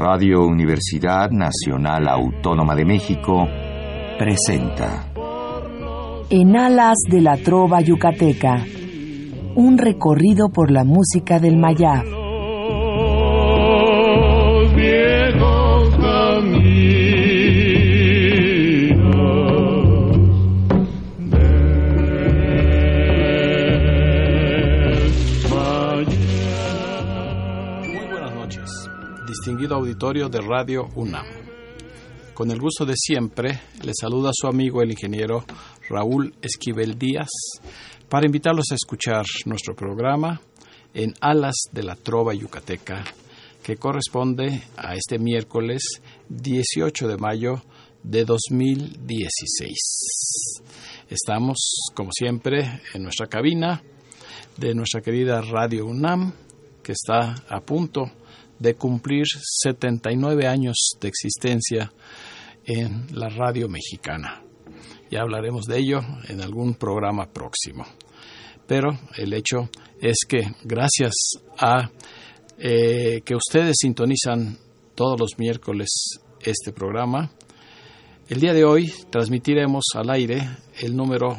Radio Universidad Nacional Autónoma de México presenta En alas de la trova yucateca, un recorrido por la música del Mayab. Distinguido auditorio de Radio UNAM. Con el gusto de siempre, le saluda a su amigo el ingeniero Raúl Esquivel Díaz para invitarlos a escuchar nuestro programa En Alas de la Trova Yucateca, que corresponde a este miércoles 18 de mayo de 2016. Estamos, como siempre, en nuestra cabina de nuestra querida Radio UNAM, que está a punto de cumplir 79 años de existencia en la radio mexicana. Ya hablaremos de ello en algún programa próximo. Pero el hecho es que gracias a que ustedes sintonizan todos los miércoles este programa, el día de hoy transmitiremos al aire el número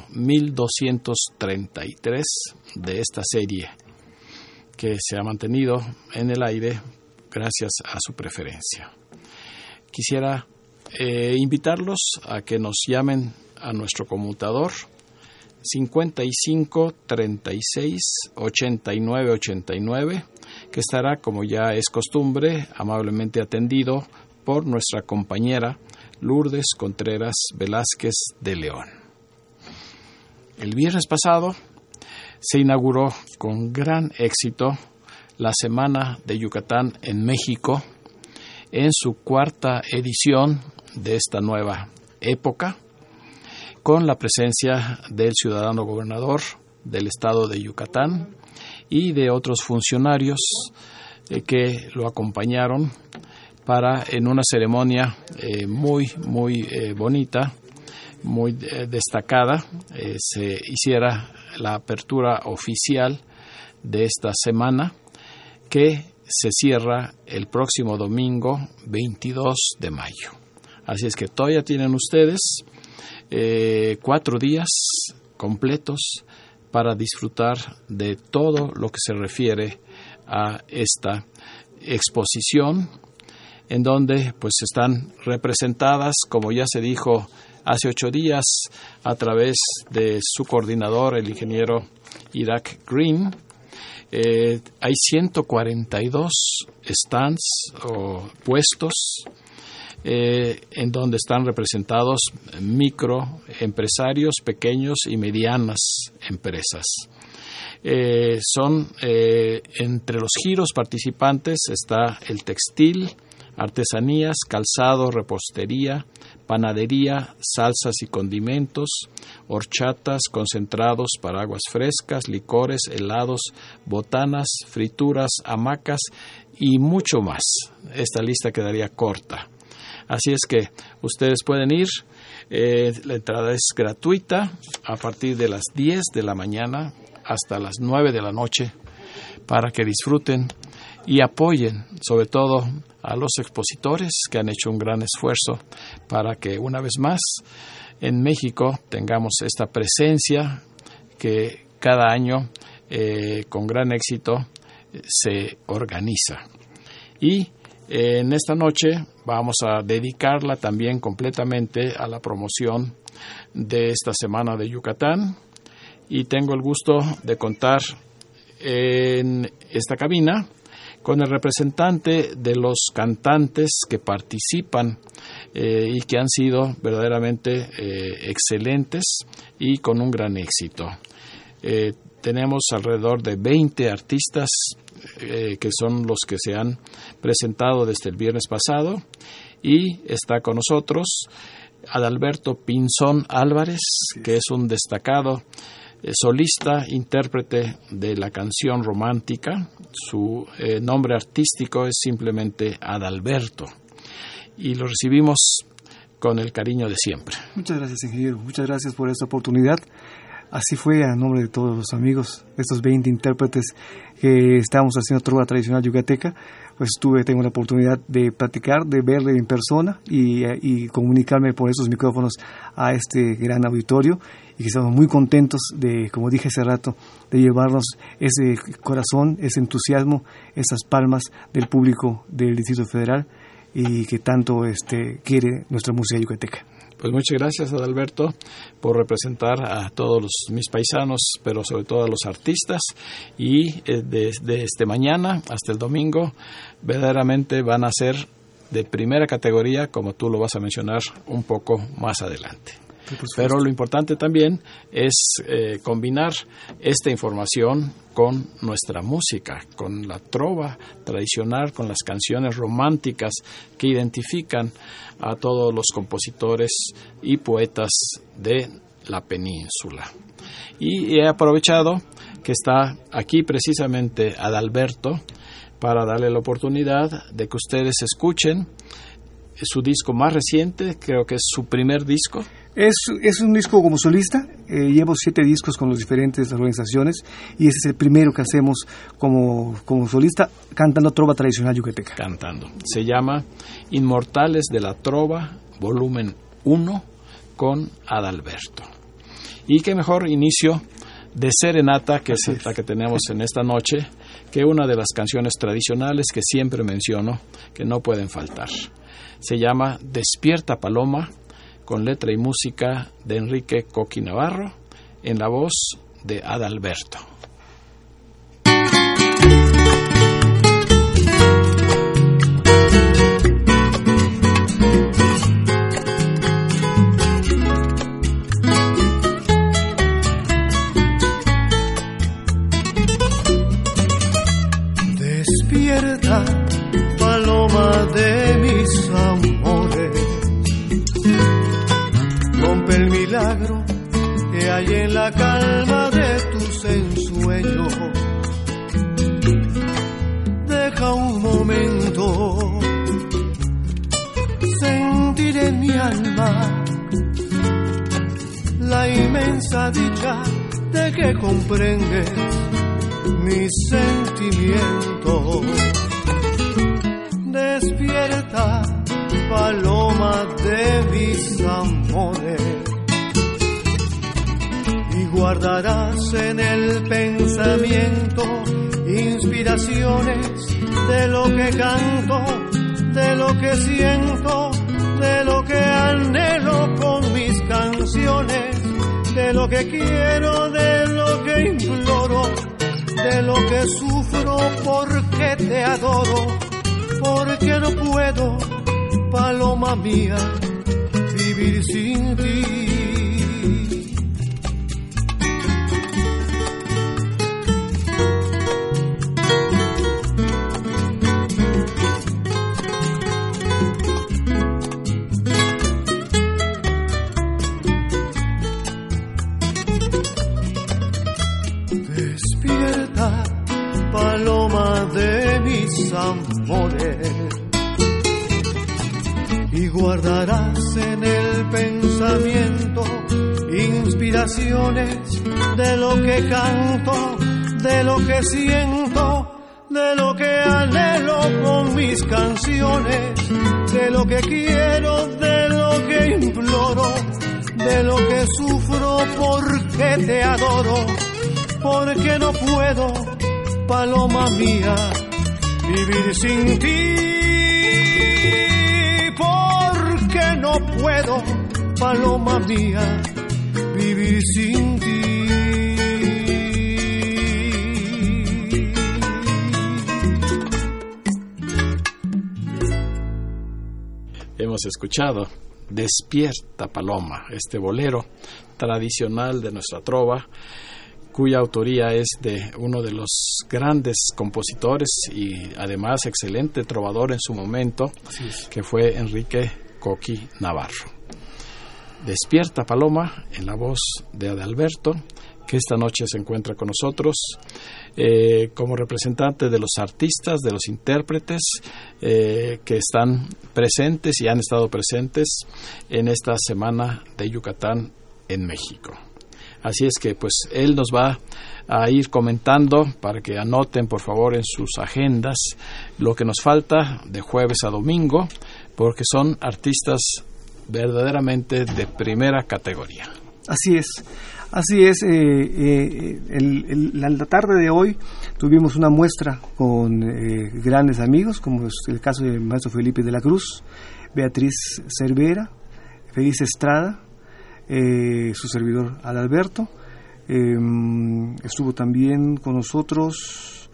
1233 de esta serie, que se ha mantenido en el aire gracias a su preferencia. Quisiera invitarlos a que nos llamen a nuestro conmutador 55 36 89 89, que estará, como ya es costumbre, amablemente atendido por nuestra compañera Lourdes Contreras Velázquez de León. El viernes pasado se inauguró con gran éxito la Semana de Yucatán en México, en su cuarta edición de esta nueva época, con la presencia del ciudadano gobernador del estado de Yucatán y de otros funcionarios que lo acompañaron para, en una ceremonia muy bonita, muy destacada, se hiciera la apertura oficial de esta semana, que se cierra el próximo domingo 22 de mayo. Así es que todavía tienen ustedes 4 días completos para disfrutar de todo lo que se refiere a esta exposición, en donde pues están representadas, como ya se dijo hace 8 días, a través de su coordinador, el ingeniero Irak Green. Hay 142 stands o puestos en donde están representados microempresarios, pequeños y medianas empresas. Entre los giros participantes está el textil, artesanías, calzado, repostería, panadería, salsas y condimentos, horchatas, concentrados para aguas frescas, licores, helados, botanas, frituras, hamacas y mucho más. Esta lista quedaría corta. Así es que ustedes pueden ir. La entrada es gratuita a partir de las 10 de la mañana hasta las 9 de la noche, para que disfruten y apoyen sobre todo a los expositores, que han hecho un gran esfuerzo para que una vez más en México tengamos esta presencia que cada año con gran éxito se organiza. Y en esta noche vamos a dedicarla también completamente a la promoción de esta Semana de Yucatán, y tengo el gusto de contar en esta cabina con el representante de los cantantes que participan y que han sido verdaderamente excelentes y con un gran éxito. Tenemos alrededor de 20 artistas que son los que se han presentado desde el viernes pasado, y está con nosotros Adalberto Pinzón Álvarez, que es un destacado solista, intérprete de la canción romántica. Su nombre artístico es simplemente Adalberto, y lo recibimos con el cariño de siempre. Muchas gracias, ingeniero. Muchas gracias por esta oportunidad. Así fue, a nombre de todos los amigos, estos 20 intérpretes que estamos haciendo trova tradicional yucateca, pues tengo la oportunidad de platicar, de verle en persona y comunicarme por esos micrófonos a este gran auditorio, y que estamos muy contentos de, como dije hace rato, de llevarnos ese corazón, ese entusiasmo, esas palmas del público del Distrito Federal y que tanto quiere nuestra música yucateca. Pues muchas gracias, Adalberto, por representar a todos mis paisanos, pero sobre todo a los artistas. Y desde mañana hasta el domingo, verdaderamente van a ser de primera categoría, como tú lo vas a mencionar un poco más adelante. Pero lo importante también es combinar esta información con nuestra música, con la trova tradicional, con las canciones románticas que identifican a todos los compositores y poetas de la península. Y he aprovechado que está aquí precisamente Adalberto para darle la oportunidad de que ustedes escuchen su disco más reciente, creo que es su primer disco. Es un disco como solista, llevo 7 discos con las diferentes organizaciones y ese es el primero que hacemos como solista, cantando trova tradicional yucateca. Cantando. Se llama Inmortales de la Trova, volumen 1, con Adalberto. Y qué mejor inicio de serenata que es la que tenemos en esta noche, que una de las canciones tradicionales que siempre menciono, que no pueden faltar. Se llama Despierta Paloma, con letra y música de Enrique Coqui Navarro, en la voz de Adalberto. Despierta, paloma de mis amores, rompe el milagro que hay en la calma de tus ensueños. Deja un momento sentir en mi alma la inmensa dicha de que comprendes mis sentimientos. Despierta, paloma de mis amores, y guardarás en el pensamiento inspiraciones de lo que canto, de lo que siento, de lo que anhelo con mis canciones, de lo que quiero, de lo que imploro, de lo que sufro porque te adoro, porque no puedo, paloma mía, vivir sin ti. Despierta, paloma de mis amores, y guardarás en el pensamiento inspiraciones de lo que canto, de lo que siento, de lo que anhelo con mis canciones, de lo que quiero, de lo que imploro, de lo que sufro porque te adoro, porque no puedo, paloma mía, vivir sin ti. Porque no puedo, paloma mía, vivir sin ti. Hemos escuchado Despierta Paloma, este bolero tradicional de nuestra trova, cuya autoría es de uno de los grandes compositores y además excelente trovador en su momento, que fue Enrique Coqui Navarro. Despierta Paloma, en la voz de Adalberto, que esta noche se encuentra con nosotros como representante de los artistas, de los intérpretes que están presentes y han estado presentes en esta Semana de Yucatán en México. Así es que pues él nos va a ir comentando para que anoten por favor en sus agendas lo que nos falta de jueves a domingo, porque son artistas verdaderamente de primera categoría. Así es. La tarde de hoy tuvimos una muestra con grandes amigos, como es el caso del maestro Felipe de la Cruz, Beatriz Cervera, Feliz Estrada, su servidor Adalberto. Estuvo también con nosotros,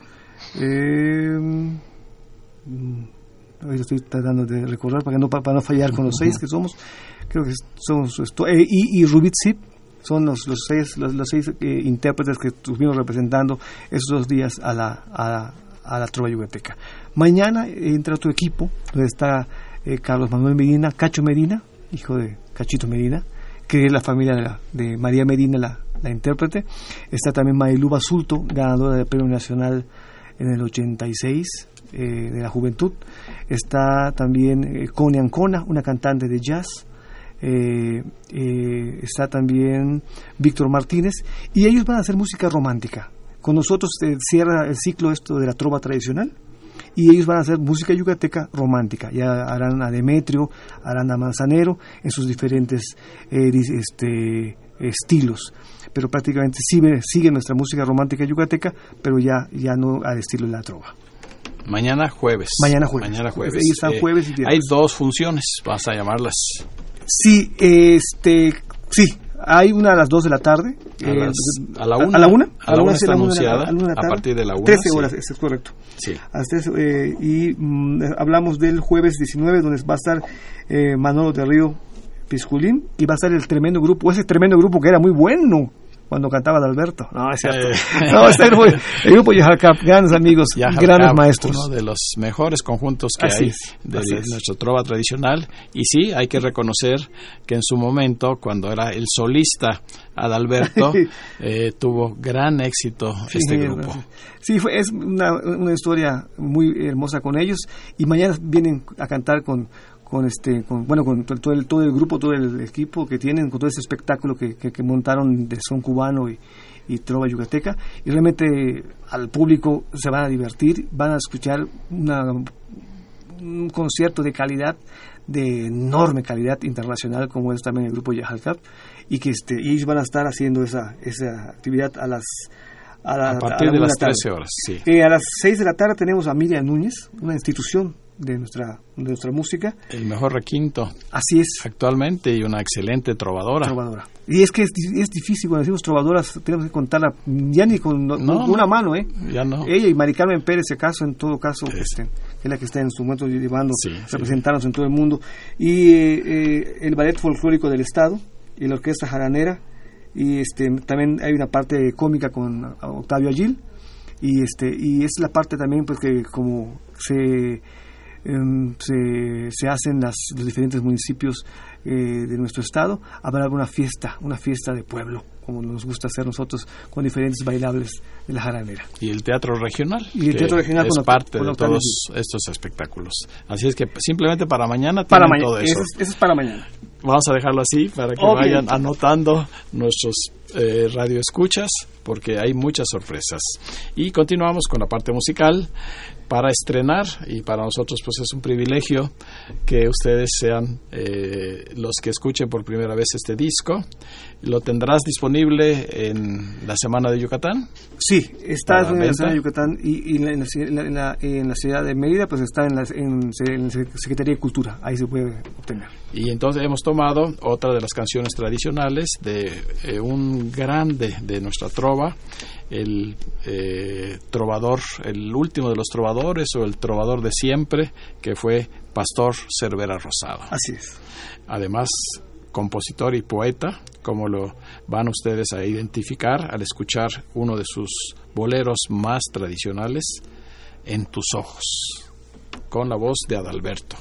hoy estoy tratando de recordar para no fallar con los 6 que somos, creo que somos y Rubit Zip. Son los seis intérpretes que estuvimos representando esos 2 días a la Trova Yucateca. Mañana entra otro equipo, donde está Carlos Manuel Medina, Cacho Medina, hijo de Cachito Medina, que es la familia de María Medina, la intérprete. Está también Marilú Basulto, ganadora del Premio Nacional en el 86 de la Juventud. Está también Connie Ancona, una cantante de jazz. Está también Víctor Martínez, y ellos van a hacer música romántica. Con nosotros cierra el ciclo esto de la trova tradicional, y ellos van a hacer música yucateca romántica. Ya harán a Demetrio, harán a Manzanero en sus diferentes estilos, pero prácticamente sigue nuestra música romántica yucateca, pero ya no al estilo de la trova. Mañana jueves. Ellos están jueves y viernes. Hay 2 funciones, vas a llamarlas. Sí, hay una a las 2 de la tarde. A la 1. A la 1 está anunciada, a partir de la 1. 13 horas, es correcto. Sí. Hablamos del jueves 19, donde va a estar Manolo de Río Pisculín, y va a estar ese tremendo grupo que era muy bueno cuando cantaba Adalberto. No, es cierto. El grupo Yajalcap, grandes amigos, grandes maestros. Uno de los mejores conjuntos que hay de nuestra trova tradicional. Y sí, hay que reconocer que en su momento, cuando era el solista Adalberto, tuvo gran éxito este grupo. Sí, es una historia muy hermosa con ellos, y mañana vienen a cantar con todo el grupo, todo el equipo que tienen, con todo ese espectáculo que montaron de son cubano y trova yucateca, y realmente al público se van a divertir, van a escuchar un concierto de calidad, de enorme calidad internacional, como es también el grupo Yajalcap, y que ellos van a estar haciendo esa actividad a partir de las 13 horas. Sí. A las 6 de la tarde tenemos a Miriam Núñez, una institución de nuestra música. El mejor requinto. Así es. Actualmente, y una excelente trovadora. Y es que es difícil, cuando decimos trovadoras, tenemos que contarla ya ni con una mano, Ya no. Ella y Mari Carmen Pérez, en todo caso, es la que está en su momento llevando, representarnos en todo el mundo. Y el Ballet Folclórico del Estado, y la Orquesta Jaranera, y también hay una parte cómica con Octavio Agil, y es la parte también, pues, que como se hacen los diferentes municipios de nuestro estado. Habrá una fiesta de pueblo, como nos gusta hacer nosotros, con diferentes bailables de la jaranera. Y el teatro regional, es parte de todos estos espectáculos. Así es que simplemente para mañana tienen todo eso. Eso es para mañana. Vamos a dejarlo así para que vayan anotando nuestros radioescuchas, porque hay muchas sorpresas. Y continuamos con la parte musical para estrenar, y para nosotros pues es un privilegio que ustedes sean los que escuchen por primera vez este disco. ¿Lo tendrás disponible en la Semana de Yucatán? Sí, está en la Semana de Yucatán, y en la ciudad de Mérida pues está en la Secretaría de Cultura, ahí se puede obtener. Y entonces hemos tomado otra de las canciones tradicionales de un grande de nuestra trova, el trovador, el último de los trovadores, o el trovador de siempre, que fue Pastor Cervera Rosado. Así es. Además, compositor y poeta, como lo van ustedes a identificar al escuchar uno de sus boleros más tradicionales, En tus ojos, con la voz de Adalberto.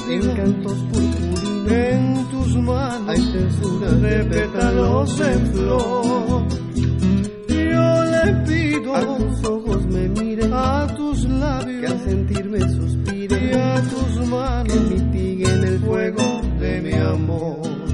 lábios, cantos purpurinos, en tus manos hay tensuras de pétalos en flor. Yo le pido a tus ojos me miren, a tus que labios al sentirme suspiren, y a tus que manos mitiguen el fuego de mi amor.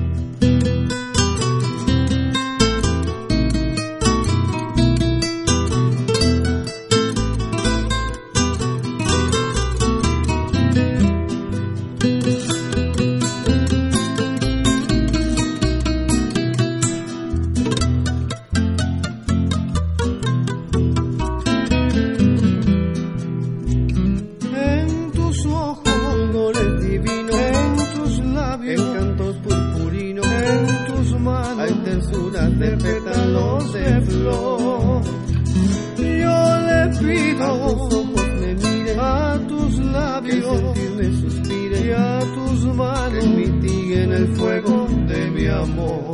En tus ojos, colores divinos, en tus en labios, cantos purpurinos, en tus hay manos tensuras de pétalos de flor. yo le A pido tus ojos me miren, a tus que al labios sentirme y suspiren, a tus que manos mitiguen el fuego de mi amor.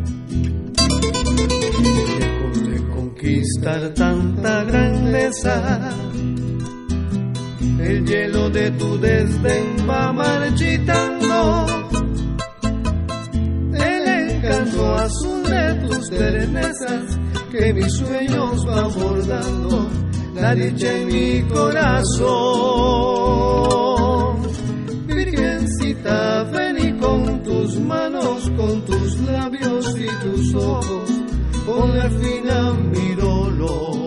Lejos de conquistar tanta grandeza, el hielo de tu desdén va marchitando, el encanto azul de tus ternezas que mis sueños van bordando, la dicha en mi corazón. Virgencita, ven y con tus manos, con tus labios y tus ojos, ponle fin a mi dolor.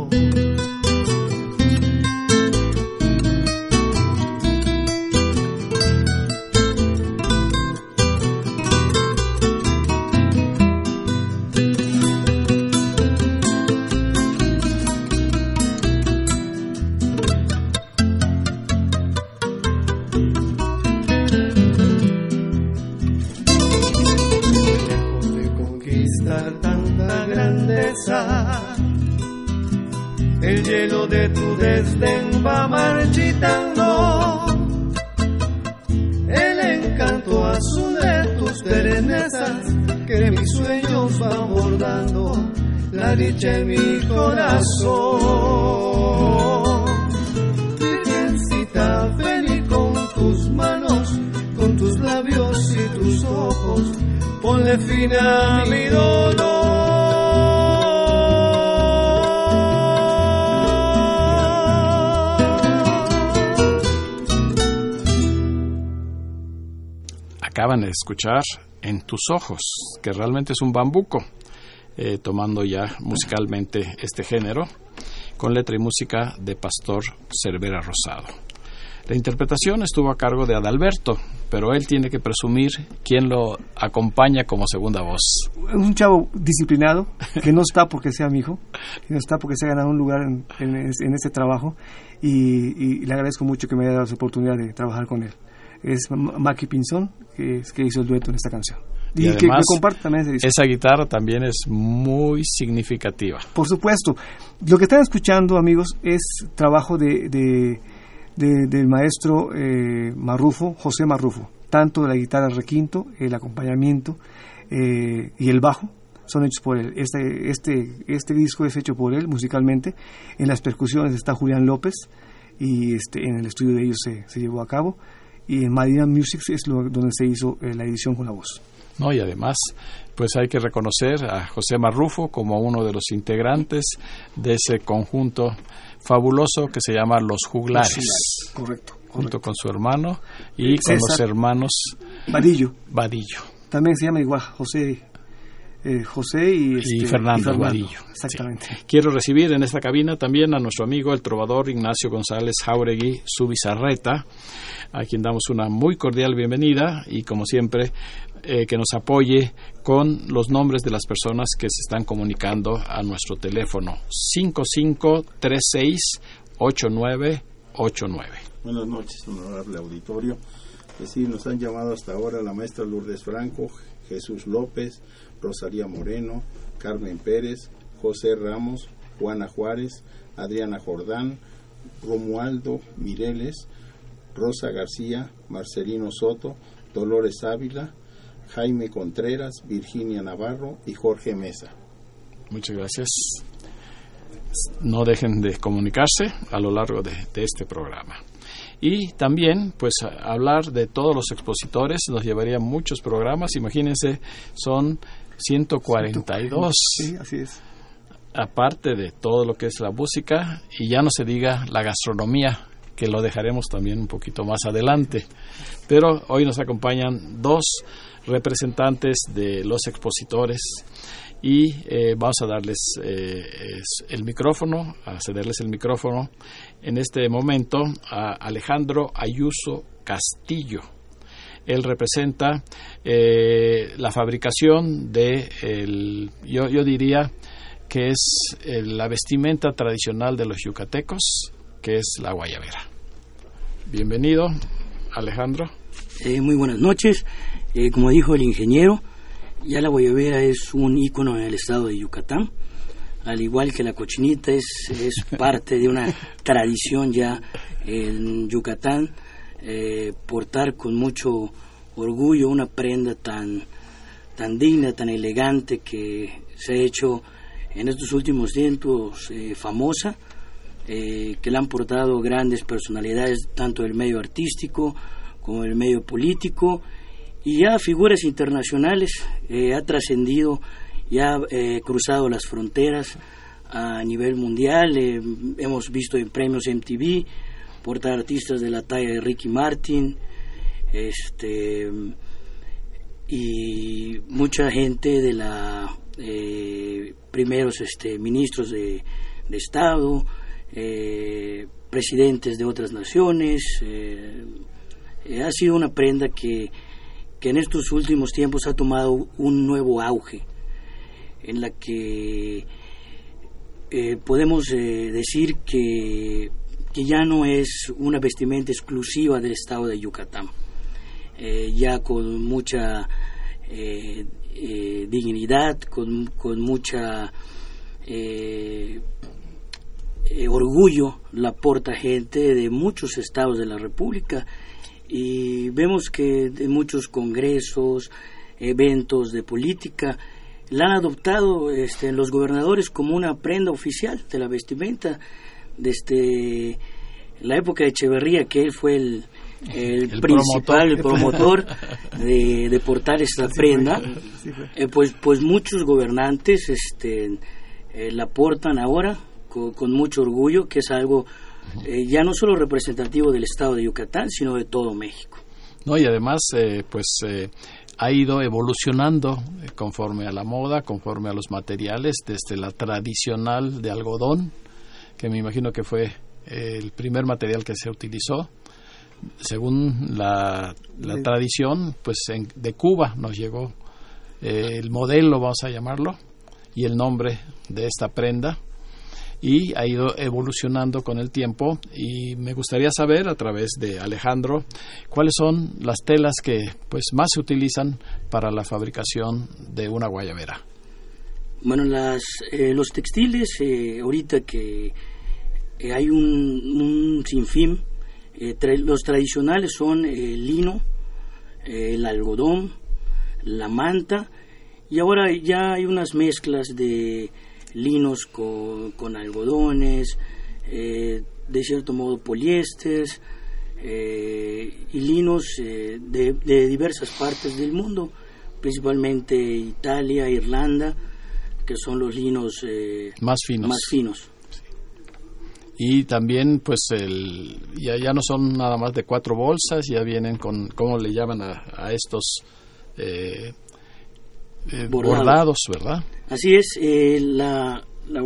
Lejos de conquistar tanta grandeza, el hielo de tu desdén va marchitando, el encanto azul de tus ternezas que mis sueños van bordando, la dicha en mi corazón. Virgencita, ven y con tus manos, con tus labios y tus ojos, ponle fin a mi dolor. Acaban de escuchar En tus ojos, que realmente es un bambuco, tomando ya musicalmente este género, con letra y música de Pastor Cervera Rosado. La interpretación estuvo a cargo de Adalberto, pero él tiene que presumir quién lo acompaña como segunda voz. Es un chavo disciplinado, que no está porque sea mi hijo, que no está porque se ha ganado un lugar en este trabajo, y le agradezco mucho que me haya dado esa oportunidad de trabajar con él. Es Maki Pinzón, que hizo el dueto en esta canción. Y que me además, comparte también ese disco. esa guitarra también es muy significativa. Por supuesto. Lo que están escuchando, amigos, es trabajo del maestro Marrufo, José Marrufo. Tanto de la guitarra requinto, el acompañamiento y el bajo son hechos por él. Este disco es hecho por él musicalmente. En las percusiones está Julián López, y en el estudio de ellos se llevó a cabo. Y en Madina Music es donde se hizo la edición con la voz. No, y además, pues hay que reconocer a José Marrufo como uno de los integrantes de ese conjunto fabuloso que se llama Los Juglares. Correcto. Junto con su hermano y con los hermanos Vadillo. También se llama igual, José y Fernando Vadillo. Exactamente. Sí. Quiero recibir en esta cabina también a nuestro amigo el trovador Ignacio González Jauregui Zubizarreta, a quien damos una muy cordial bienvenida y, como siempre, que nos apoye con los nombres de las personas que se están comunicando a nuestro teléfono 5536-8989. Buenas noches, honorable auditorio. Nos han llamado hasta ahora la maestra Lourdes Franco, Jesús López, Rosalía Moreno, Carmen Pérez, José Ramos, Juana Juárez, Adriana Jordán, Romualdo Mireles, Rosa García, Marcelino Soto, Dolores Ávila, Jaime Contreras, Virginia Navarro y Jorge Mesa. Muchas gracias. No dejen de comunicarse a lo largo de este programa. Y también, pues, hablar de todos los expositores nos llevaría muchos programas. Imagínense, son 142. Sí, así es. Aparte de todo lo que es la música, y ya no se diga la gastronomía, que lo dejaremos también un poquito más adelante. Pero hoy nos acompañan dos representantes de los expositores y vamos a darles el micrófono, a cederles el micrófono en este momento a Alejandro Ayuso Castillo. Él representa la fabricación de, yo diría que es la vestimenta tradicional de los yucatecos, que es la guayabera. Bienvenido, Alejandro. Muy buenas noches. Como dijo el ingeniero, ya la guayabera es un ícono en el estado de Yucatán, al igual que la cochinita es parte de una tradición ya en Yucatán, portar con mucho orgullo una prenda tan digna, tan elegante, que se ha hecho en estos últimos tiempos famosa, que la han portado grandes personalidades tanto del medio artístico como del medio político, y ya figuras internacionales. Ha trascendido, ya ha cruzado las fronteras a nivel mundial. Hemos visto en premios MTV portar artistas de la talla de Ricky Martin, y mucha gente de la primeros ministros de Estado, presidentes de otras naciones. Ha sido una prenda que en estos últimos tiempos ha tomado un nuevo auge, en la que podemos decir que ya no es una vestimenta exclusiva del estado de Yucatán, ya con mucha dignidad, con mucha orgullo la porta gente de muchos estados de la República, y vemos que de muchos congresos, eventos de política, la han adoptado los gobernadores como una prenda oficial de la vestimenta. Desde la época de Echeverría, que él fue el principal promotor de portar esta prenda, pues muchos gobernantes la portan ahora con mucho orgullo, que es algo ya no solo representativo del estado de Yucatán, sino de todo México. No, y además ha ido evolucionando conforme a la moda, conforme a los materiales, desde la tradicional de algodón, que me imagino que fue el primer material que se utilizó. Según la tradición, pues de Cuba nos llegó el modelo, vamos a llamarlo, y el nombre de esta prenda, y ha ido evolucionando con el tiempo. Y me gustaría saber, a través de Alejandro, cuáles son las telas que pues más se utilizan para la fabricación de una guayabera. Bueno, los textiles, ahorita que hay un sinfín, los tradicionales son el lino, el algodón, la manta, y ahora ya hay unas mezclas de linos con algodones, de cierto modo poliésteres, y linos de diversas partes del mundo, principalmente Italia, Irlanda, que son los linos más finos. Y también pues ya no son nada más de 4 bolsas, ya vienen con, ¿cómo le llaman a estos bordados, verdad? Así es. La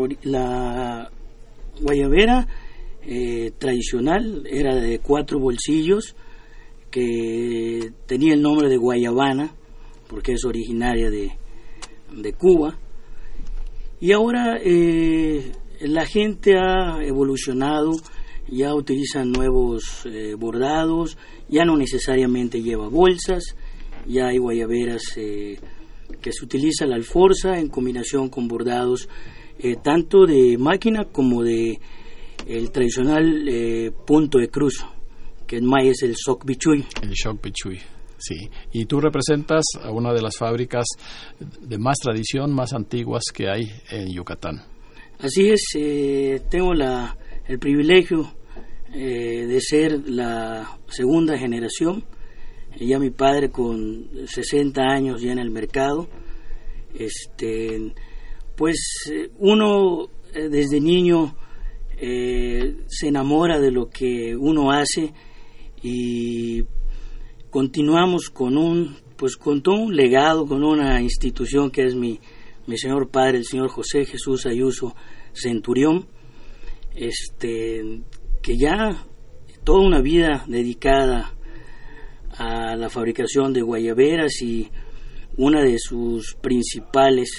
guayabera tradicional era de 4 bolsillos, que tenía el nombre de guayabana porque es originaria de Cuba, y ahora la gente ha evolucionado, ya utilizan nuevos bordados, ya no necesariamente lleva bolsas, ya hay guayaberas que se utiliza la alforza en combinación con bordados tanto de máquina como de el tradicional punto de cruz, que en maya es el soc bichuy. El soc bichuy, sí. Y tú representas a una de las fábricas de más tradición, más antiguas que hay en Yucatán. Así es. Tengo el privilegio de ser la segunda generación. Ya mi padre con 60 años ya en el mercado, pues uno desde niño se enamora de lo que uno hace y continuamos con todo un legado, con una institución que es mi señor padre, el señor José Jesús Ayuso Centurión, que ya toda una vida dedicada a la fabricación de guayaberas, y una de sus principales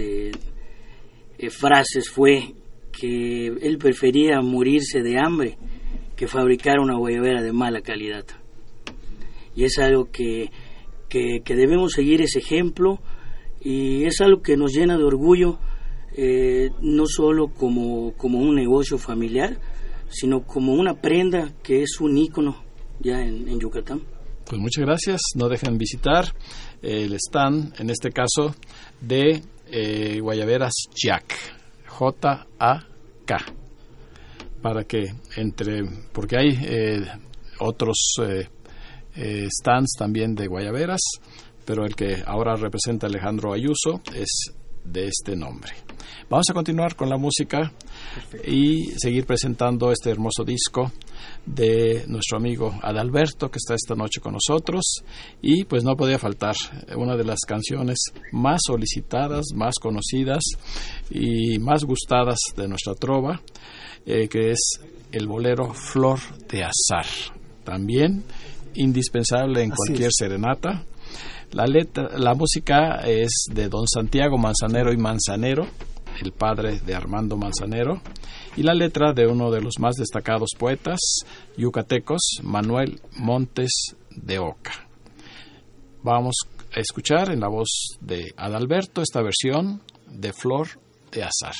frases fue que él prefería morirse de hambre que fabricar una guayabera de mala calidad. Y es algo que debemos seguir ese ejemplo, y es algo que nos llena de orgullo, no solo como un negocio familiar, sino como una prenda que es un ícono ya en Yucatán. Pues muchas gracias. No dejen visitar el stand, en este caso, de guayaberas Jack, J-A-K, para que porque hay otros stands también de guayaberas, pero el que ahora representa Alejandro Ayuso es de este nombre. Vamos a continuar con la música. Perfecto. Y seguir presentando este hermoso disco de nuestro amigo Adalberto, que está esta noche con nosotros, y pues no podía faltar una de las canciones más solicitadas, más conocidas y más gustadas de nuestra trova, que es el bolero Flor de Azar, también indispensable en cualquier serenata. La música es de don Santiago Manzanero y Manzanero, el padre de Armando Manzanero, y la letra de uno de los más destacados poetas yucatecos, Manuel Montes de Oca. Vamos a escuchar en la voz de Adalberto esta versión de Flor de Azar.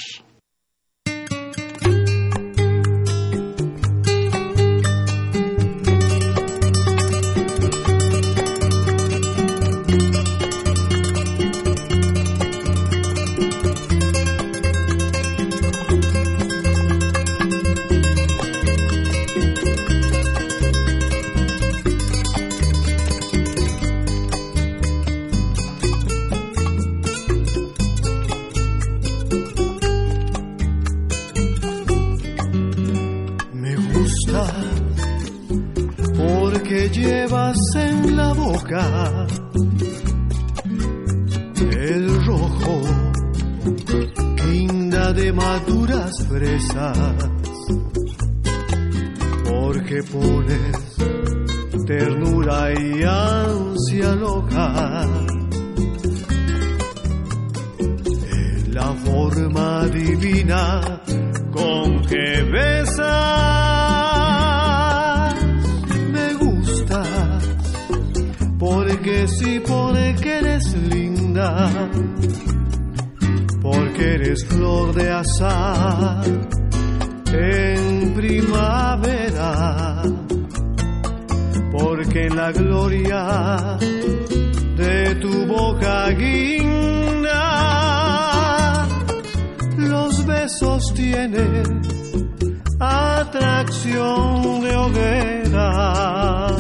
Llevas en la boca el rojo, guinda de maduras fresas, porque pones ternura y ansia loca en la forma divina con que besas. Porque sí, porque eres linda, porque eres flor de azar en primavera, porque en la gloria de tu boca guinda los besos tienen atracción de hoguera.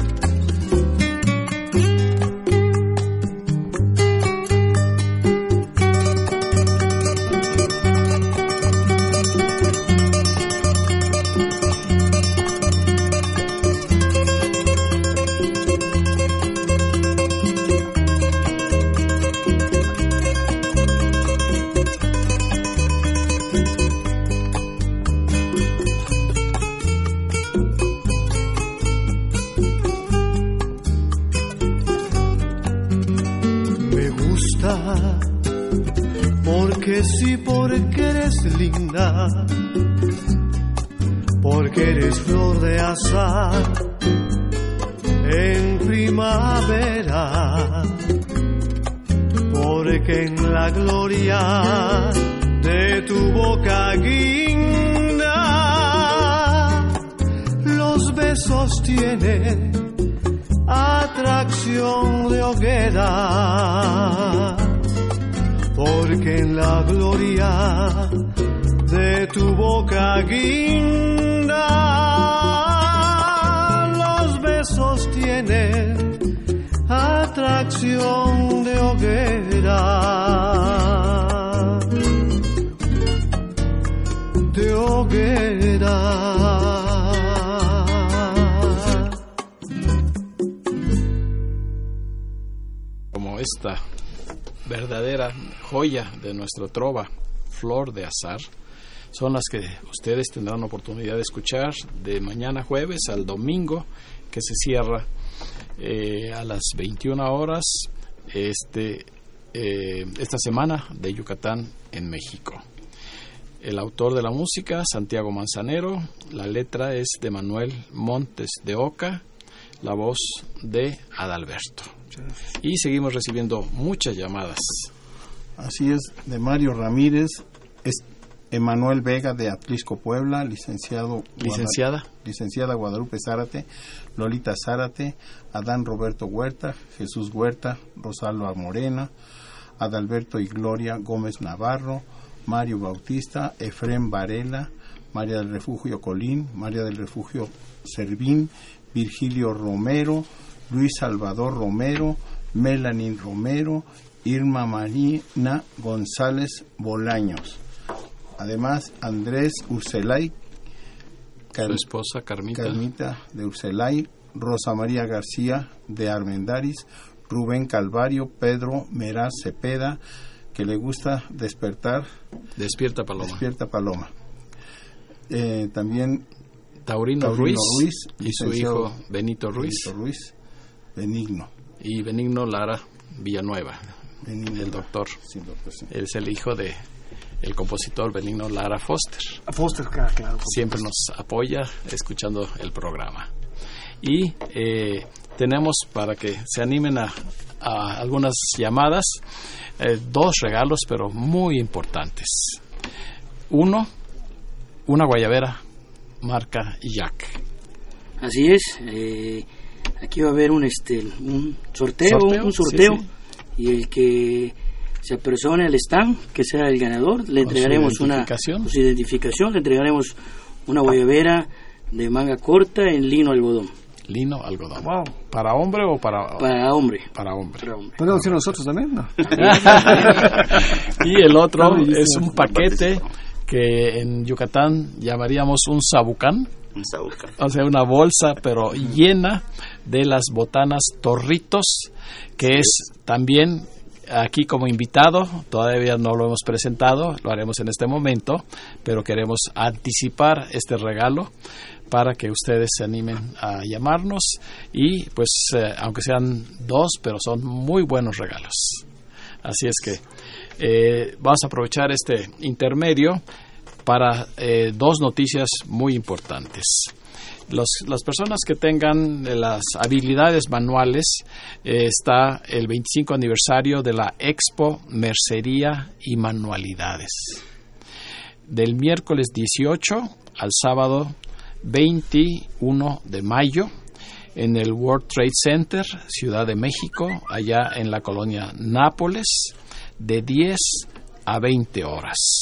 Porque sí, porque eres linda, porque eres flor de azar en primavera, porque en la gloria de tu boca guinda los besos tienen atracción de hoguera. Porque en la gloria de tu boca guinda canción de hoguera, de hoguera. Como esta verdadera joya de nuestra trova, Flor de Azar, son las que ustedes tendrán oportunidad de escuchar de mañana jueves al domingo, que se cierra a las 21 horas esta semana de Yucatán en México. El autor de la música, Santiago Manzanero, la letra es de Manuel Montes de Oca, la voz de Adalberto. Y seguimos recibiendo muchas llamadas. Así es, de Mario Ramírez, es Emanuel Vega de Atlisco, Puebla, licenciada Guadalupe Zárate, Lolita Zárate, Adán Roberto Huerta, Jesús Huerta, Rosalba Morena, Adalberto y Gloria Gómez Navarro, Mario Bautista, Efrén Varela, María del Refugio Colín, María del Refugio Servín, Virgilio Romero, Luis Salvador Romero, Melanie Romero, Irma Marina González Bolaños. Además, Andrés Urselay, su esposa Carmita de Urselay, Rosa María García de Armendáriz, Rubén Calvario, Pedro Meraz Cepeda, que le gusta Despierta Paloma. También Taurino Ruiz y su hijo Benito Ruiz. Benigno. Y Benigno Lara Villanueva, el doctor. Sí, doctor, sí. Él es el hijo de el compositor Benigno Lara Foster. Claro. Siempre nos apoya escuchando el programa. Y tenemos, para que se animen a algunas llamadas, 2 regalos, pero muy importantes. Uno, una guayabera marca Jack. Así es. Aquí va a haber un sorteo. Sí. Y el que se apersone al stand, que sea el ganador, le entregaremos su identificación, le entregaremos una guayabera de manga corta en lino algodón. Wow. ¿Para hombre o para...? Para hombre. ¿Podemos decir nosotros también? No. Y el otro es un paquete que en Yucatán llamaríamos un sabucán. O sea, una bolsa, pero llena de las botanas Torritos, que es también aquí como invitado. Todavía no lo hemos presentado, lo haremos en este momento, pero queremos anticipar este regalo para que ustedes se animen a llamarnos y pues aunque sean 2, pero son muy buenos regalos. Así es que vamos a aprovechar este intermedio para 2 noticias muy importantes. Las personas que tengan las habilidades manuales, está el 25 aniversario de la Expo Mercería y Manualidades. Del miércoles 18 al sábado 21 de mayo en el World Trade Center, Ciudad de México, allá en la colonia Nápoles, de 10 a 20 horas.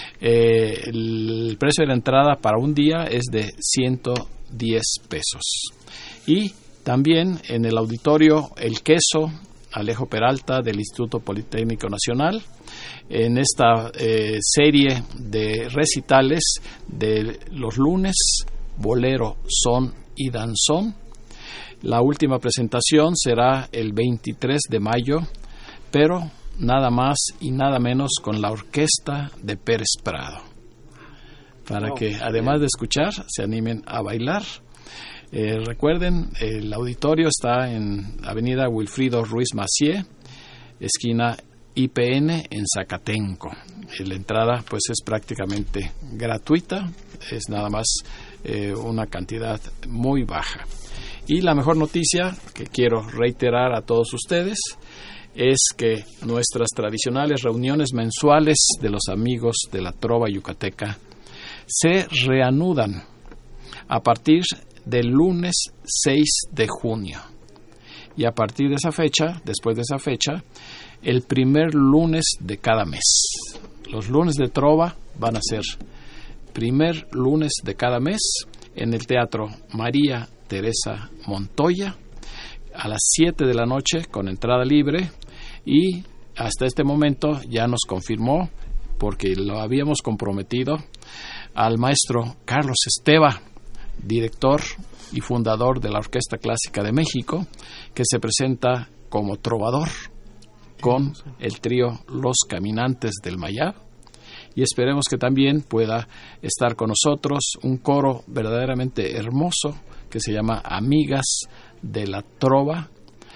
El precio de la entrada para un día es de 110 pesos. Y también en el auditorio El Queso, Alejo Peralta, del Instituto Politécnico Nacional, en esta serie de recitales de los lunes, bolero, son y danzón. La última presentación será el 23 de mayo, pero nada más y nada menos con la orquesta de Pérez Prado, para que además de escuchar se animen a bailar. Recuerden, el auditorio está en Avenida Wilfrido Ruiz Macié, esquina IPN en Zacatenco. La entrada pues es prácticamente gratuita, es nada más una cantidad muy baja. Y la mejor noticia que quiero reiterar a todos ustedes es que nuestras tradicionales reuniones mensuales de los amigos de la Trova Yucateca se reanudan a partir del lunes 6 de junio. Y a partir de esa fecha, después de esa fecha, el primer lunes de cada mes. Los lunes de Trova van a ser primer lunes de cada mes en el Teatro María Teresa Montoya, a las 7 de la noche con entrada libre, y hasta este momento ya nos confirmó, porque lo habíamos comprometido, al maestro Carlos Esteva, director y fundador de la Orquesta Clásica de México, que se presenta como trovador con el trío Los Caminantes del Mayab, y esperemos que también pueda estar con nosotros un coro verdaderamente hermoso que se llama Amigas de la Trova,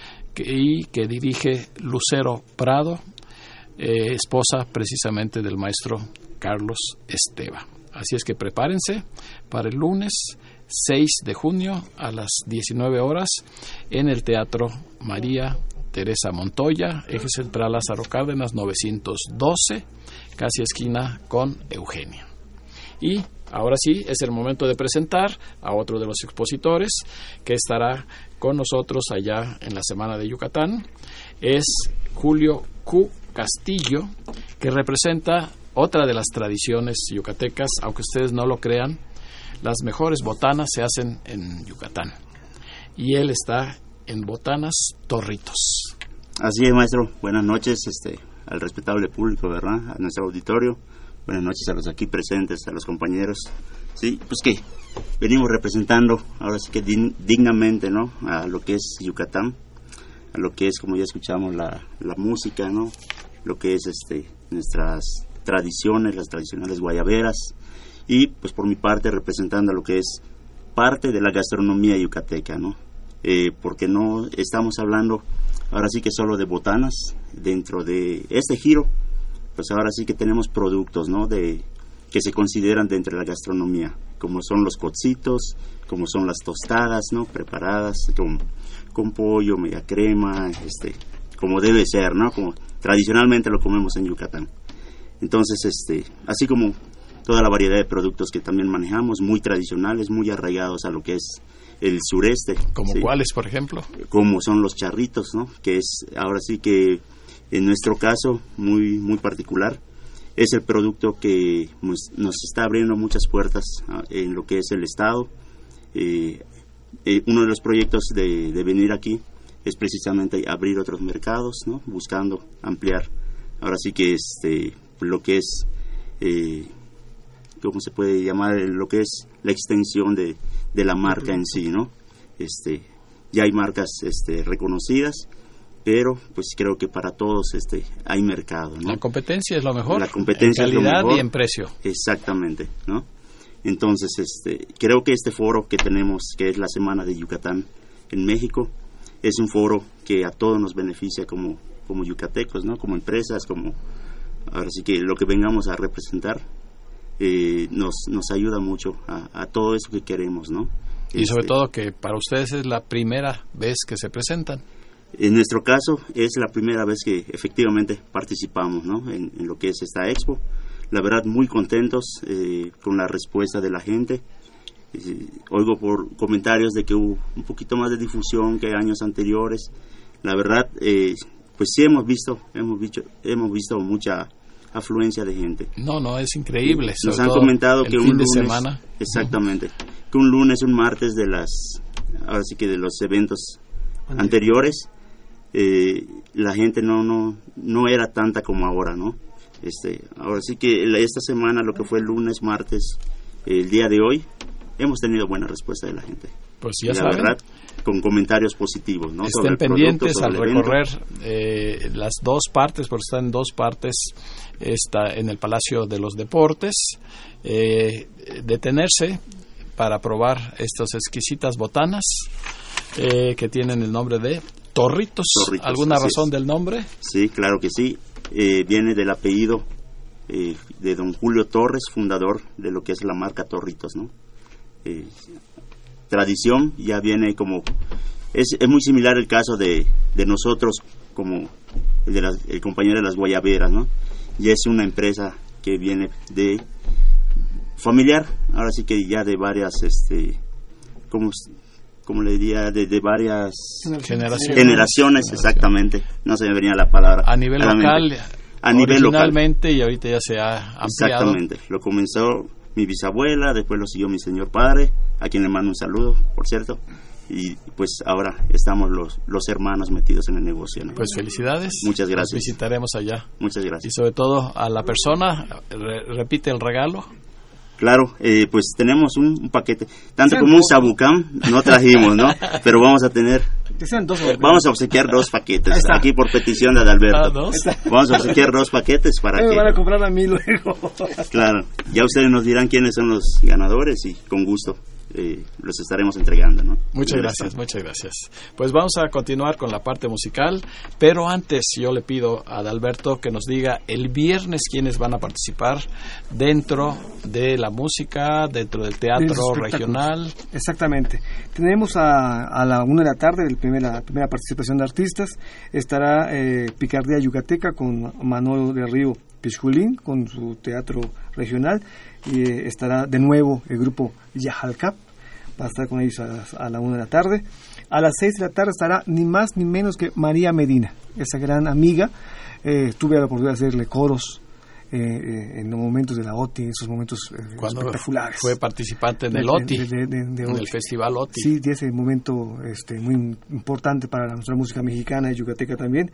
y que dirige Lucero Prado, esposa precisamente del maestro Carlos Esteva. Así es que prepárense para el lunes 6 de junio a las 19 horas en el Teatro María Teresa Montoya, eje central Lázaro Cárdenas 912, casi esquina con Eugenia. Y ahora sí, es el momento de presentar a otro de los expositores que estará con nosotros allá en la Semana de Yucatán. Es Julio Q. Castillo, que representa otra de las tradiciones yucatecas. Aunque ustedes no lo crean, las mejores botanas se hacen en Yucatán. Y él está en Botanas Torritos. Así es, maestro. Buenas noches al respetable público, ¿verdad? A nuestro auditorio. Buenas noches a los aquí presentes, a los compañeros. Sí, pues que venimos representando ahora sí que dignamente, ¿no? A lo que es Yucatán, a lo que es, como ya escuchamos, la música, ¿no? Lo que es nuestras tradiciones, las tradicionales guayaberas, y pues por mi parte representando lo que es parte de la gastronomía yucateca, ¿no? Porque no estamos hablando ahora sí que solo de botanas. Dentro de este giro, pues ahora sí que tenemos productos, ¿no? Que se consideran dentro de la gastronomía, como son los cocitos, como son las tostadas, ¿no? Preparadas con pollo, media crema, como debe ser, ¿no? Como tradicionalmente lo comemos en Yucatán. Entonces, así como toda la variedad de productos que también manejamos, muy tradicionales, muy arraigados a lo que es el sureste. ¿Como sí? ¿Cuáles, por ejemplo? Como son los charritos, ¿no? Que es ahora sí que en nuestro caso muy muy particular, es el producto que nos está abriendo muchas puertas en lo que es el estado. Uno de los proyectos de venir aquí es precisamente abrir otros mercados, ¿no? Buscando ampliar ahora sí que lo que es ¿cómo se puede llamar? Lo que es la extensión de la marca en sí, ¿no? Ya hay marcas reconocidas, pero pues creo que para todos hay mercado, ¿no? La competencia es lo mejor, la competencia en calidad es lo mejor, y en precio. Exactamente, ¿no? Entonces, creo que este foro que tenemos, que es la Semana de Yucatán en México, es un foro que a todos nos beneficia como yucatecos, ¿no? Como empresas, ahora sí que lo que vengamos a representar nos ayuda mucho a todo eso que queremos, ¿no? Y sobre todo que para ustedes es la primera vez que se presentan. En nuestro caso es la primera vez que efectivamente participamos, ¿no? en lo que es esta expo. La verdad, muy contentos con la respuesta de la gente. Oigo por comentarios de que hubo un poquito más de difusión que años anteriores. La verdad, pues sí hemos visto mucha afluencia de gente. No, es increíble. Nos han comentado que un fin lunes, de semana, exactamente, que un lunes, un martes de los eventos anteriores, la gente no era tanta como ahora, ¿no? Ahora sí que esta semana, lo que fue el lunes, martes, el día de hoy, hemos tenido buena respuesta de la gente. Pues ya la saben, verdad, con comentarios positivos, ¿no? Estén pendientes al recorrer las dos partes, porque están en dos partes. Está en el Palacio de los Deportes, detenerse para probar estas exquisitas botanas que tienen el nombre de Torritos. ¿Alguna razón del nombre? Sí, claro que sí. Viene del apellido de don Julio Torres, fundador de lo que es la marca Torritos, ¿no? Tradición ya viene como... Es muy similar el caso de nosotros, como el compañero de las guayaberas, ¿no? Y es una empresa que viene de familiar, ahora sí que ya de varias, como le diría, de varias generaciones, exactamente. No se me venía la palabra. A nivel local, originalmente, y ahorita ya se ha ampliado. Exactamente, lo comenzó mi bisabuela, después lo siguió mi señor padre, a quien le mando un saludo, por cierto. y pues ahora estamos los hermanos metidos en el negocio, ¿no? Pues felicidades. Muchas gracias. Nos visitaremos allá. Muchas gracias. Y sobre todo a la persona, repite el regalo. Claro, pues tenemos un paquete, tanto como un sabucam no trajimos, ¿no? Pero vamos a tener, vamos a obsequiar 2 paquetes, aquí por petición de Adalberto. ¿2? Vamos a obsequiar 2 paquetes para que... Me van a comprar a mí luego. Claro, ya ustedes nos dirán quiénes son los ganadores y con gusto los estaremos entregando, ¿no? Muchas gracias. Pues vamos a continuar con la parte musical, pero antes yo le pido a Adalberto que nos diga el viernes quiénes van a participar dentro de la música, dentro del teatro regional. Exactamente. Tenemos a la 1 de la tarde la primera participación de artistas. Estará Picardía Yucateca con Manolo del Río Pichulín con su teatro regional, y estará de nuevo el grupo Yajalcap, va a estar con ellos a la 1 de la tarde. A las 6 de la tarde estará ni más ni menos que María Medina, esa gran amiga. Tuve la oportunidad de hacerle coros en los momentos de la OTI, esos momentos espectaculares. Fue participante en el OTI, en el Festival OTI. Sí, de ese momento muy importante para nuestra música mexicana y yucateca también.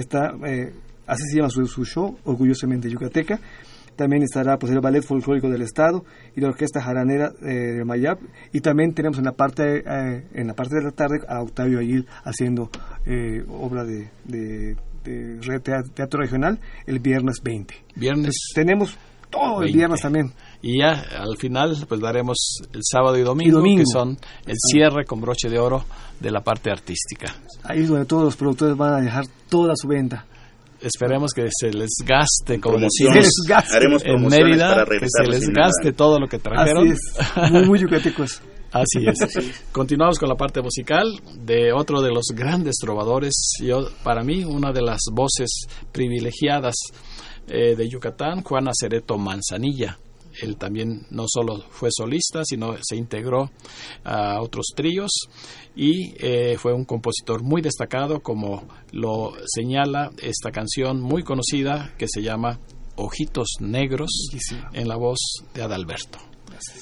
Así se llama su show, Orgullosamente Yucateca. También estará pues el Ballet Folclórico del Estado y la Orquesta Jaranera de Mayap. Y también tenemos en la parte de la tarde a Octavio Aguil haciendo obra de teatro regional el viernes 20. Tenemos todo 20. El viernes también. Y ya al final pues daremos el sábado y domingo. Que son el cierre con broche de oro de la parte artística. Ahí es donde todos los productores van a dejar toda su venta. Esperemos que se les gaste, como decimos en Mérida, que se les gaste todo lo que trajeron. Así es, muy yucatecos. Así es. Continuamos con la parte musical de otro de los grandes trovadores. Para mí, una de las voces privilegiadas de Yucatán, Juan Acereto Manzanilla. Él también no solo fue solista, sino se integró a otros tríos y fue un compositor muy destacado, como lo señala esta canción muy conocida que se llama Ojitos Negros, en la voz de Adalberto. Gracias.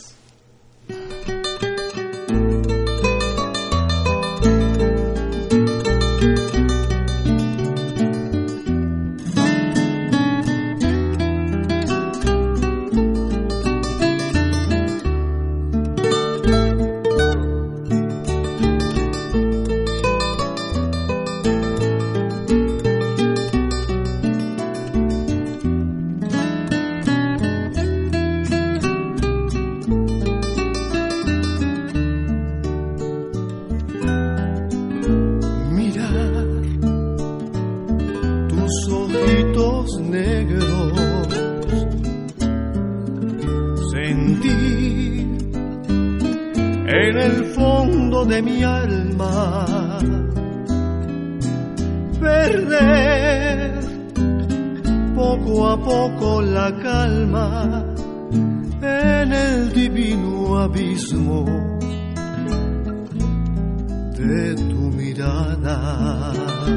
De mi alma perder poco a poco la calma en el divino abismo de tu mirada.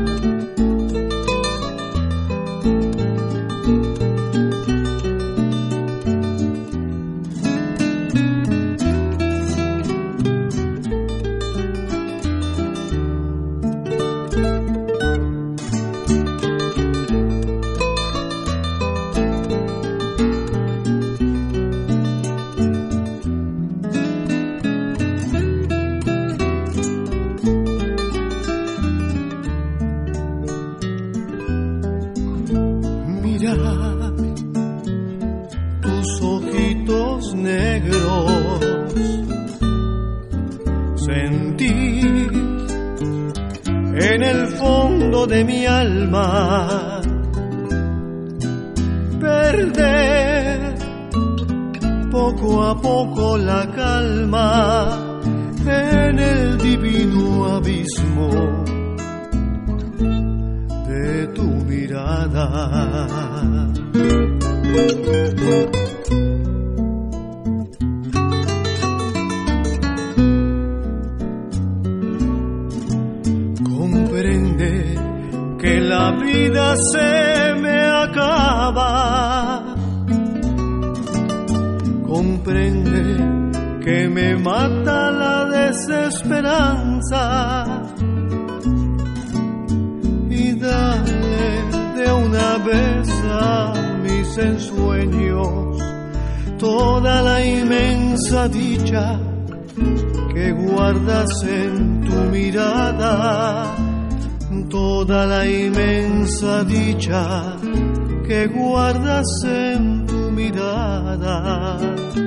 De mi alma perder poco a poco la calma en el divino abismo de tu mirada. La vida se me acaba, comprende que me mata la desesperanza y dale de una vez a mis ensueños toda la inmensa dicha que guardas en tu mirada, toda la inmensa dicha que guardas en tu mirada.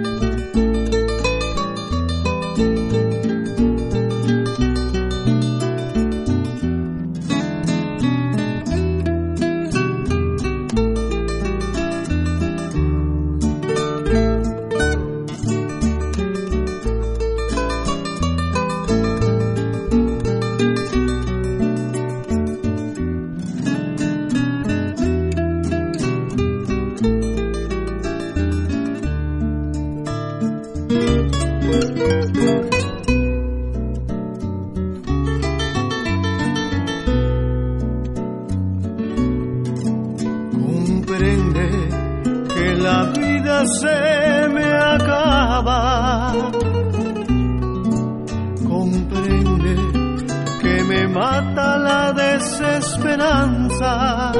Se me acaba, comprende que me mata la desesperanza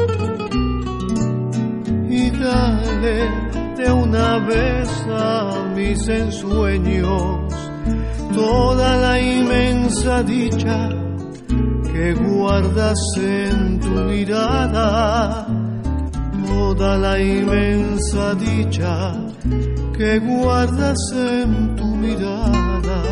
y dale de una vez a mis ensueños toda la inmensa dicha que guardas en tu mirada, toda la inmensa dicha que guardas en tu mirada.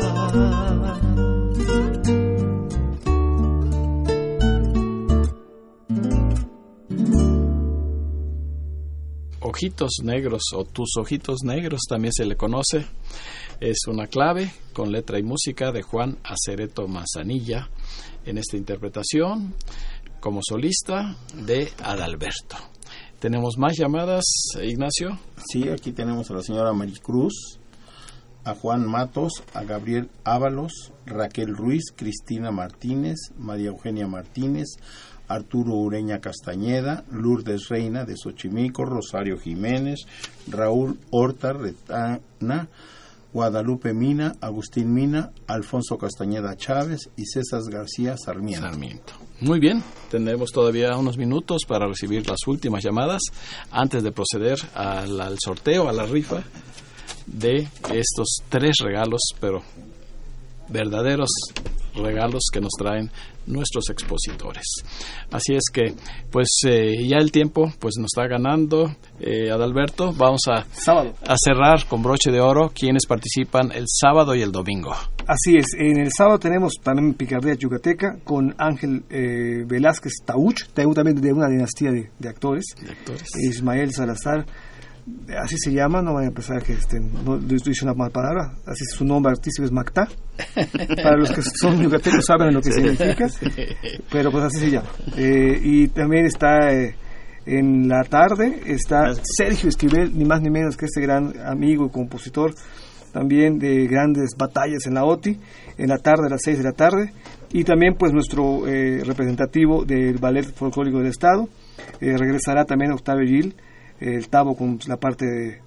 Ojitos negros o tus ojitos negros también se le conoce. Es una clave con letra y música de Juan Acereto Manzanilla en esta interpretación como solista de Adalberto. ¿Tenemos más llamadas, Ignacio? Sí, aquí tenemos a la señora Maricruz, a Juan Matos, a Gabriel Ábalos, Raquel Ruiz, Cristina Martínez, María Eugenia Martínez, Arturo Ureña Castañeda, Lourdes Reina de Xochimilco, Rosario Jiménez, Raúl Horta Retana, Guadalupe Mina, Agustín Mina, Alfonso Castañeda Chávez y César García Sarmiento. Muy bien, tenemos todavía unos minutos para recibir las últimas llamadas antes de proceder al sorteo, a la rifa de estos 3 regalos, pero verdaderos regalos que nos traen nuestros expositores. Así es que, pues ya el tiempo pues nos está ganando, Adalberto. Vamos a cerrar con broche de oro quienes participan el sábado y el domingo. Así es, en el sábado tenemos también Picardía Yucateca con Ángel Velázquez Tauch también de una dinastía de actores. Ismael Salazar, así se llama, no van a pensar que no hice una mala palabra, así es, su nombre artístico es Mactá. Para los que son yucatecos saben lo que significa, pero pues así se llama. Y también está en la tarde, está Sergio Esquivel, ni más ni menos que este gran amigo y compositor también de grandes batallas en la OTI, en la tarde a las 6 de la tarde, y también pues nuestro representativo del Ballet Folclórico del Estado, regresará también Octavio Gil, el Tabo con la parte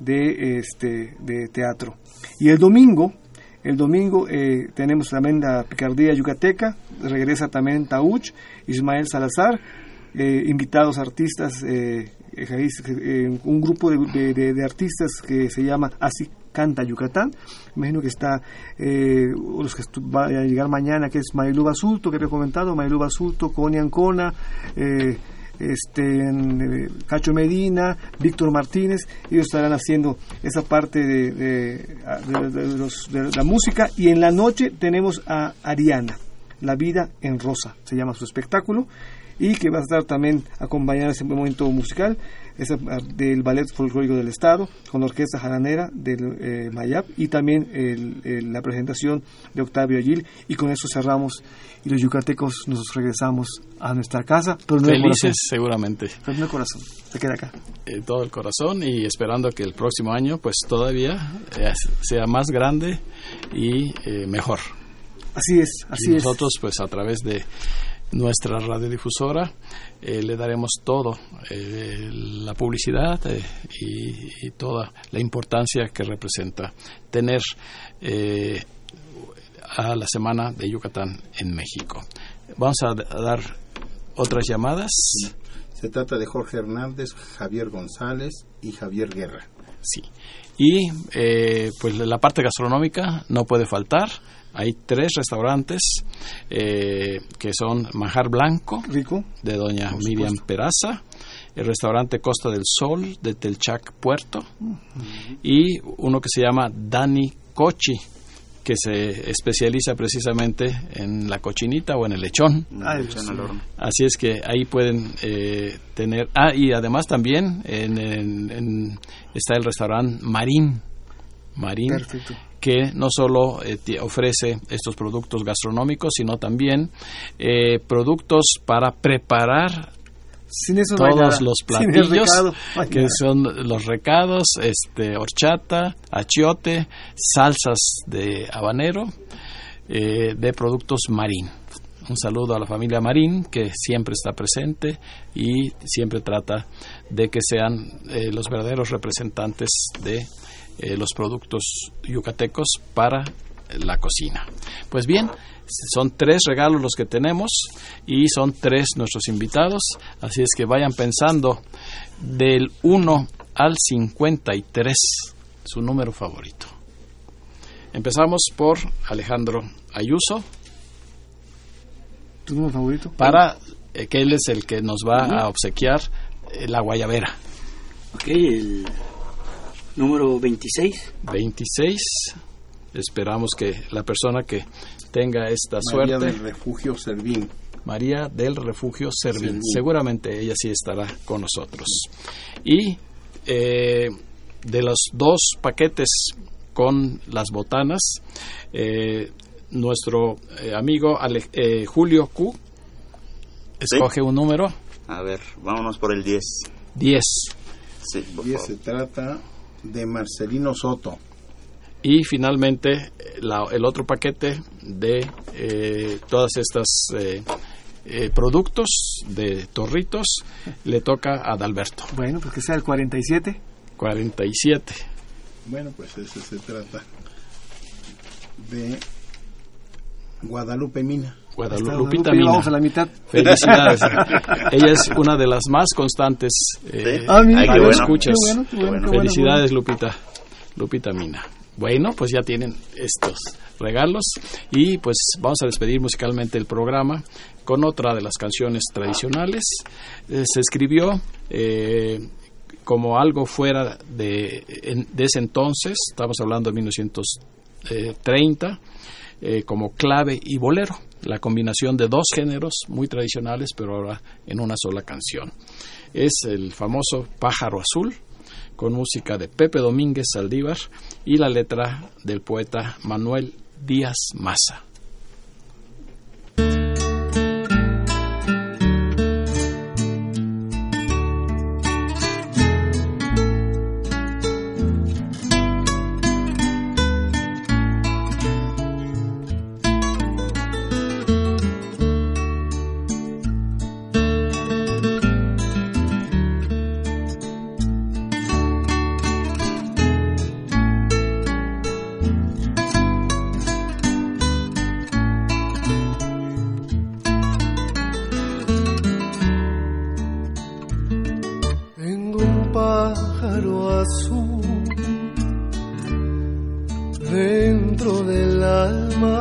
de teatro. Y el domingo tenemos también la Picardía Yucateca, regresa también Tauch, Ismael Salazar, invitados artistas, un grupo de artistas que se llama Así Canta Yucatán. Imagino que está los que van a llegar mañana, que es Marilú Basulto, que había comentado, Marilú Basulto, Connie Ancona, Cacho Medina, Víctor Martínez. Ellos estarán haciendo esa parte de la música. Y en la noche tenemos a Ariana, La Vida en Rosa se llama su espectáculo, y que va a estar también acompañado ese momento musical del Ballet Folclórico del Estado con la Orquesta Jaranera del Mayab, y también la presentación de Octavio Gil. Y con eso cerramos y los yucatecos nos regresamos a nuestra casa, pero no felices seguramente, pero no el corazón, se queda acá, todo el corazón, y esperando que el próximo año pues todavía sea más grande y mejor. Así es. Nosotros pues a través de nuestra radiodifusora le daremos todo, la publicidad y toda la importancia que representa tener a la Semana de Yucatán en México. Vamos a dar otras llamadas. Se trata de Jorge Hernández, Javier González y Javier Guerra. Sí. Y pues la parte gastronómica no puede faltar. Hay 3 restaurantes que son Manjar Blanco, rico, de doña Miriam Peraza, el restaurante Costa del Sol de Telchac Puerto, y uno que se llama Dani Cochi, que se especializa precisamente en la cochinita o en el lechón. Así es que ahí pueden tener... y además también está el restaurante Marín. Perfecto. Que no solo ofrece estos productos gastronómicos, sino también productos para preparar todos los platillos, que son los recados, horchata, achiote, salsas de habanero, de productos Marín. Un saludo a la familia Marín, que siempre está presente y siempre trata de que sean los verdaderos representantes de los productos yucatecos para la cocina. Pues bien, son 3 regalos los que tenemos y son 3 nuestros invitados, así es que vayan pensando del 1 al 53 su número favorito. Empezamos por Alejandro Ayuso. ¿Tu número favorito? Para que él es el que nos va a obsequiar la guayabera. Ok, el número 26. 26. Esperamos que la persona que tenga esta suerte... María del Refugio Servín. María del Refugio Servín. Seguramente ella sí estará con nosotros. Y de los 2 paquetes con las botanas, nuestro amigo Julio Q escoge un número. A ver, vámonos por el 10. 10. Sí, por 10 favor. se trata de Marcelino Soto. Y finalmente el otro paquete de todas estas productos de torritos le toca a Adalberto. Bueno, pues que sea el 47. 47. Bueno, pues ese se trata de Guadalupe Mina. Lupita Mina. Vamos a la mitad. Felicidades. Ella es una de las más constantes escuchas. Qué bueno. Felicidades, Lupita. Lupita Mina. Bueno, pues ya tienen estos regalos y pues vamos a despedir musicalmente el programa con otra de las canciones tradicionales. Se escribió como algo fuera de ese entonces, estamos hablando de 1930, como clave y bolero, la combinación de 2 géneros muy tradicionales, pero ahora en una sola canción. Es el famoso Pájaro Azul, con música de Pepe Domínguez Saldívar y la letra del poeta Manuel Díaz Maza. Dentro del alma,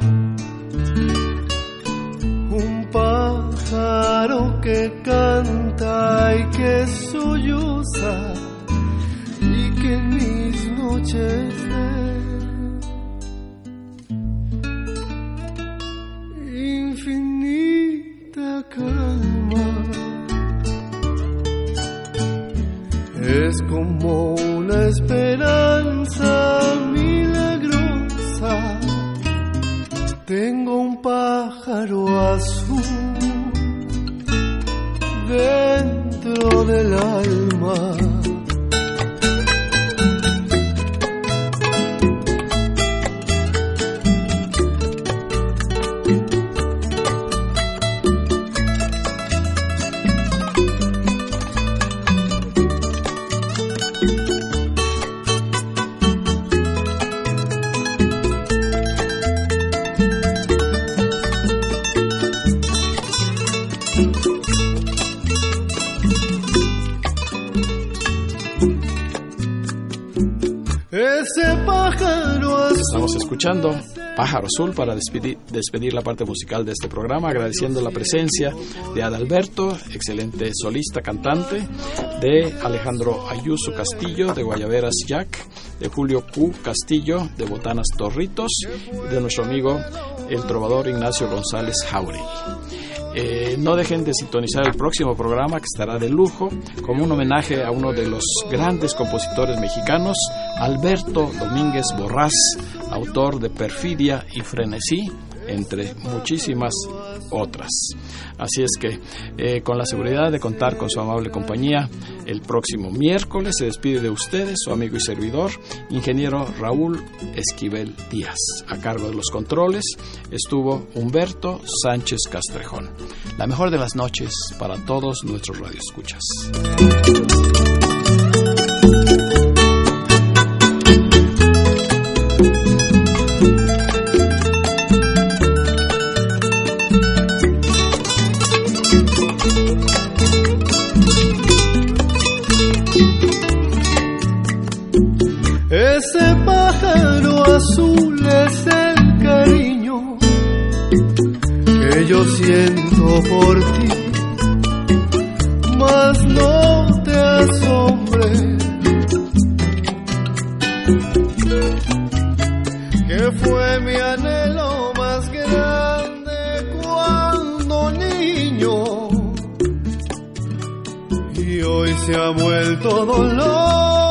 un pájaro que canta y que solloza y que en mis noches de infinita calma es como una esperanza milagrosa. Tengo un pájaro azul dentro del alma. Estamos escuchando Pájaro Azul para despedir la parte musical de este programa, agradeciendo la presencia de Adalberto, excelente solista, cantante, de Alejandro Ayuso Castillo, de Guayaberas Jack, de Julio Q. Castillo, de Botanas Torritos, y de nuestro amigo el trovador Ignacio González Jauregui. No dejen de sintonizar el próximo programa, que estará de lujo, como un homenaje a uno de los grandes compositores mexicanos, Alberto Domínguez Borrás, autor de Perfidia y Frenesí, entre muchísimas otras. Así es que, con la seguridad de contar con su amable compañía, el próximo miércoles se despide de ustedes su amigo y servidor, ingeniero Raúl Esquivel Díaz. A cargo de los controles estuvo Humberto Sánchez Castrejón. La mejor de las noches para todos nuestros radioescuchas. Ese pájaro azul es el cariño que yo siento por ti, mas no te asombres que fue mi anhelo más grande cuando niño y hoy se ha vuelto dolor.